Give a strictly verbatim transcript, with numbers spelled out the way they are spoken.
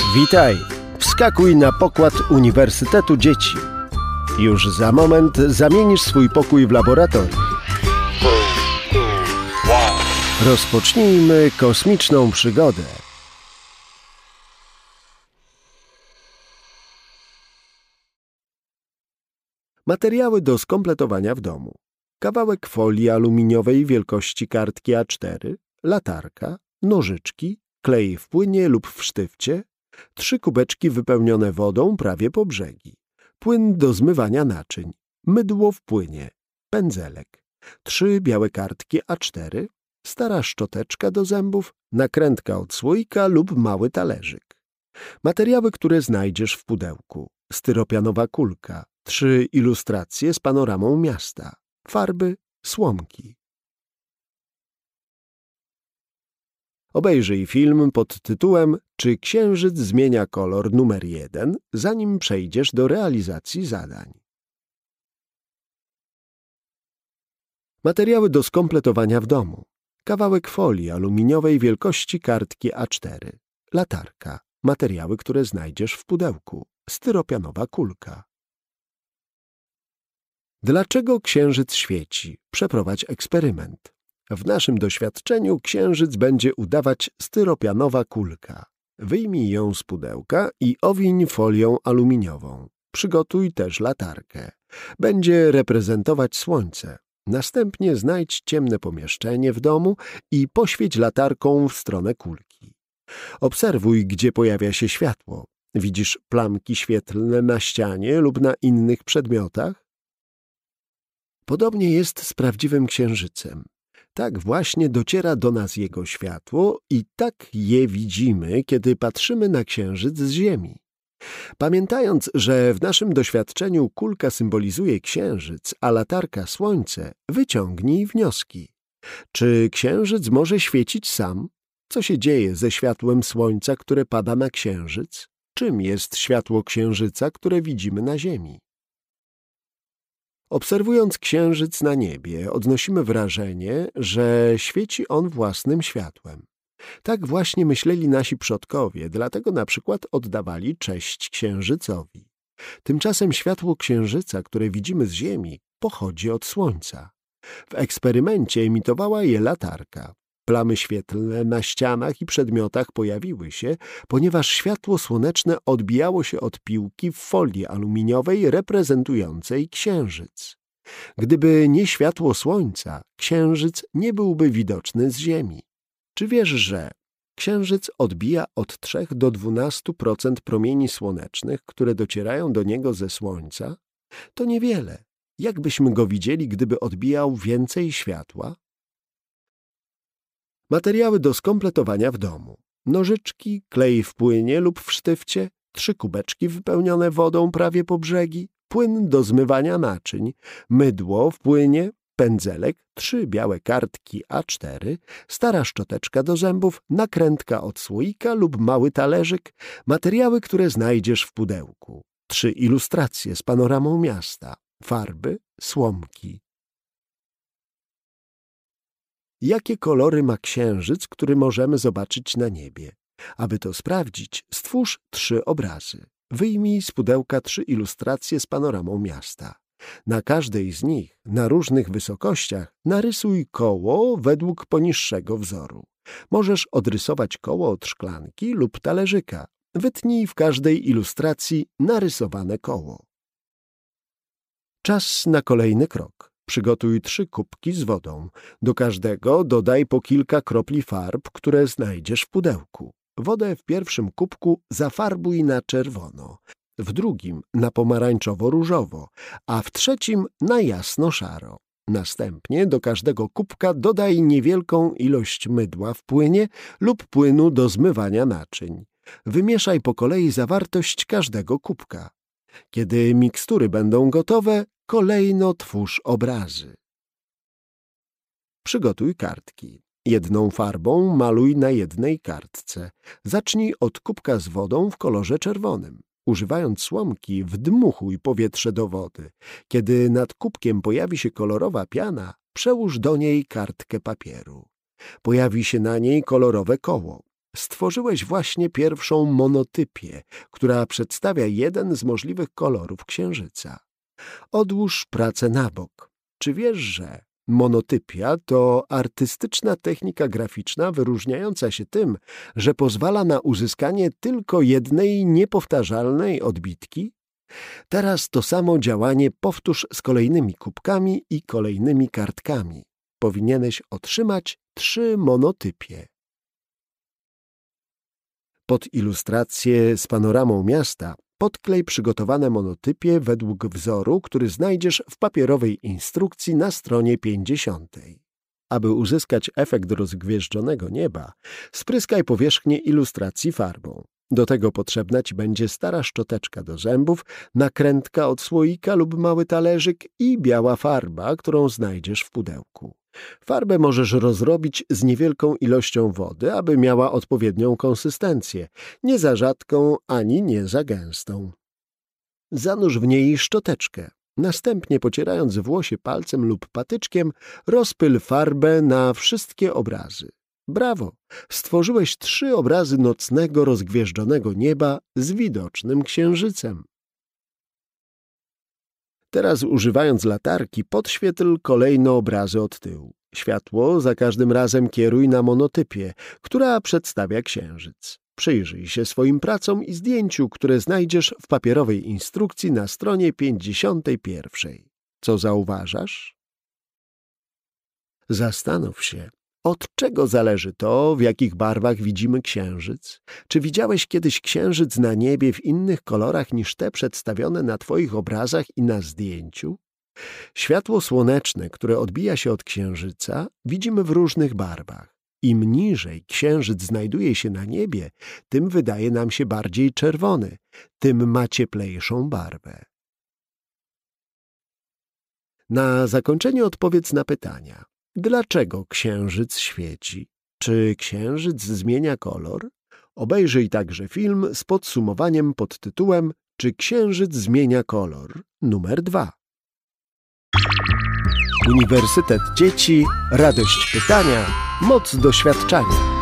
Witaj! Wskakuj na pokład Uniwersytetu Dzieci. Już za moment zamienisz swój pokój w laboratorium. Rozpocznijmy kosmiczną przygodę. Materiały do skompletowania w domu. Kawałek folii aluminiowej wielkości kartki A cztery, latarka, nożyczki, klej w płynie lub w sztywcie, trzy kubeczki wypełnione wodą prawie po brzegi, płyn do zmywania naczyń, mydło w płynie, pędzelek, trzy białe kartki A cztery, stara szczoteczka do zębów, nakrętka od słoika lub mały talerzyk. Materiały, które znajdziesz w pudełku. Styropianowa kulka, trzy ilustracje z panoramą miasta, farby, słomki. Obejrzyj film pod tytułem Czy księżyc zmienia kolor numer jeden, zanim przejdziesz do realizacji zadań. Materiały do skompletowania w domu. Kawałek folii aluminiowej wielkości kartki A cztery, latarka, materiały, które znajdziesz w pudełku, styropianowa kulka. Dlaczego księżyc świeci? Przeprowadź eksperyment. W naszym doświadczeniu księżyc będzie udawać styropianowa kulka. Wyjmij ją z pudełka i owiń folią aluminiową. Przygotuj też latarkę. Będzie reprezentować słońce. Następnie znajdź ciemne pomieszczenie w domu i poświeć latarką w stronę kulki. Obserwuj, gdzie pojawia się światło. Widzisz plamki świetlne na ścianie lub na innych przedmiotach? Podobnie jest z prawdziwym księżycem. Tak właśnie dociera do nas jego światło i tak je widzimy, kiedy patrzymy na księżyc z Ziemi. Pamiętając, że w naszym doświadczeniu kulka symbolizuje księżyc, a latarka słońce, wyciągnij wnioski. Czy księżyc może świecić sam? Co się dzieje ze światłem słońca, które pada na księżyc? Czym jest światło księżyca, które widzimy na Ziemi? Obserwując księżyc na niebie, odnosimy wrażenie, że świeci on własnym światłem. Tak właśnie myśleli nasi przodkowie, dlatego na przykład oddawali cześć księżycowi. Tymczasem światło księżyca, które widzimy z Ziemi, pochodzi od słońca. W eksperymencie emitowała je latarka. Plamy świetlne na ścianach i przedmiotach pojawiły się, ponieważ światło słoneczne odbijało się od piłki w folii aluminiowej reprezentującej księżyc. Gdyby nie światło słońca, księżyc nie byłby widoczny z Ziemi. Czy wiesz, że księżyc odbija od trzech do dwunastu procent promieni słonecznych, które docierają do niego ze słońca? To niewiele. Jak byśmy go widzieli, gdyby odbijał więcej światła? Materiały do skompletowania w domu. Nożyczki, klej w płynie lub w sztywcie, trzy kubeczki wypełnione wodą prawie po brzegi, płyn do zmywania naczyń, mydło w płynie, pędzelek, trzy białe kartki A cztery, stara szczoteczka do zębów, nakrętka od słoika lub mały talerzyk, materiały, które znajdziesz w pudełku, trzy ilustracje z panoramą miasta, farby, słomki. Jakie kolory ma księżyc, który możemy zobaczyć na niebie? Aby to sprawdzić, stwórz trzy obrazy. Wyjmij z pudełka trzy ilustracje z panoramą miasta. Na każdej z nich, na różnych wysokościach, narysuj koło według poniższego wzoru. Możesz odrysować koło od szklanki lub talerzyka. Wytnij w każdej ilustracji narysowane koło. Czas na kolejny krok. Przygotuj trzy kubki z wodą. Do każdego dodaj po kilka kropli farb, które znajdziesz w pudełku. Wodę w pierwszym kubku zafarbuj na czerwono, w drugim na pomarańczowo-różowo, a w trzecim na jasno-szaro. Następnie do każdego kubka dodaj niewielką ilość mydła w płynie lub płynu do zmywania naczyń. Wymieszaj po kolei zawartość każdego kubka. Kiedy mikstury będą gotowe, kolejno twórz obrazy. Przygotuj kartki. Jedną farbą maluj na jednej kartce. Zacznij od kubka z wodą w kolorze czerwonym. Używając słomki, wdmuchuj powietrze do wody. Kiedy nad kubkiem pojawi się kolorowa piana, przełóż do niej kartkę papieru. Pojawi się na niej kolorowe koło. Stworzyłeś właśnie pierwszą monotypię, która przedstawia jeden z możliwych kolorów księżyca. Odłóż pracę na bok. Czy wiesz, że monotypia to artystyczna technika graficzna wyróżniająca się tym, że pozwala na uzyskanie tylko jednej niepowtarzalnej odbitki? Teraz to samo działanie powtórz z kolejnymi kubkami i kolejnymi kartkami. Powinieneś otrzymać trzy monotypie. Pod ilustrację z panoramą miasta podklej przygotowane monotypie według wzoru, który znajdziesz w papierowej instrukcji na stronie pięćdziesiątej. Aby uzyskać efekt rozgwieżdżonego nieba, spryskaj powierzchnię ilustracji farbą. Do tego potrzebna Ci będzie stara szczoteczka do zębów, nakrętka od słoika lub mały talerzyk i biała farba, którą znajdziesz w pudełku. Farbę możesz rozrobić z niewielką ilością wody, aby miała odpowiednią konsystencję, nie za rzadką ani nie za gęstą. Zanurz w niej szczoteczkę. Następnie, pocierając włosie palcem lub patyczkiem, rozpyl farbę na wszystkie obrazy. Brawo! Stworzyłeś trzy obrazy nocnego, rozgwieżdżonego nieba z widocznym księżycem. Teraz, używając latarki, podświetl kolejne obrazy od tyłu. Światło za każdym razem kieruj na monotypię, która przedstawia księżyc. Przyjrzyj się swoim pracom i zdjęciu, które znajdziesz w papierowej instrukcji na stronie pięćdziesiątej pierwszej. Co zauważasz? Zastanów się, od czego zależy to, w jakich barwach widzimy księżyc? Czy widziałeś kiedyś księżyc na niebie w innych kolorach niż te przedstawione na Twoich obrazach i na zdjęciu? Światło słoneczne, które odbija się od księżyca, widzimy w różnych barwach. Im niżej księżyc znajduje się na niebie, tym wydaje nam się bardziej czerwony, tym ma cieplejszą barwę. Na zakończenie odpowiedz na pytania. Dlaczego księżyc świeci? Czy księżyc zmienia kolor? Obejrzyj także film z podsumowaniem pod tytułem Czy księżyc zmienia kolor? Numer dwa. Uniwersytet Dzieci, radość pytania, moc doświadczania.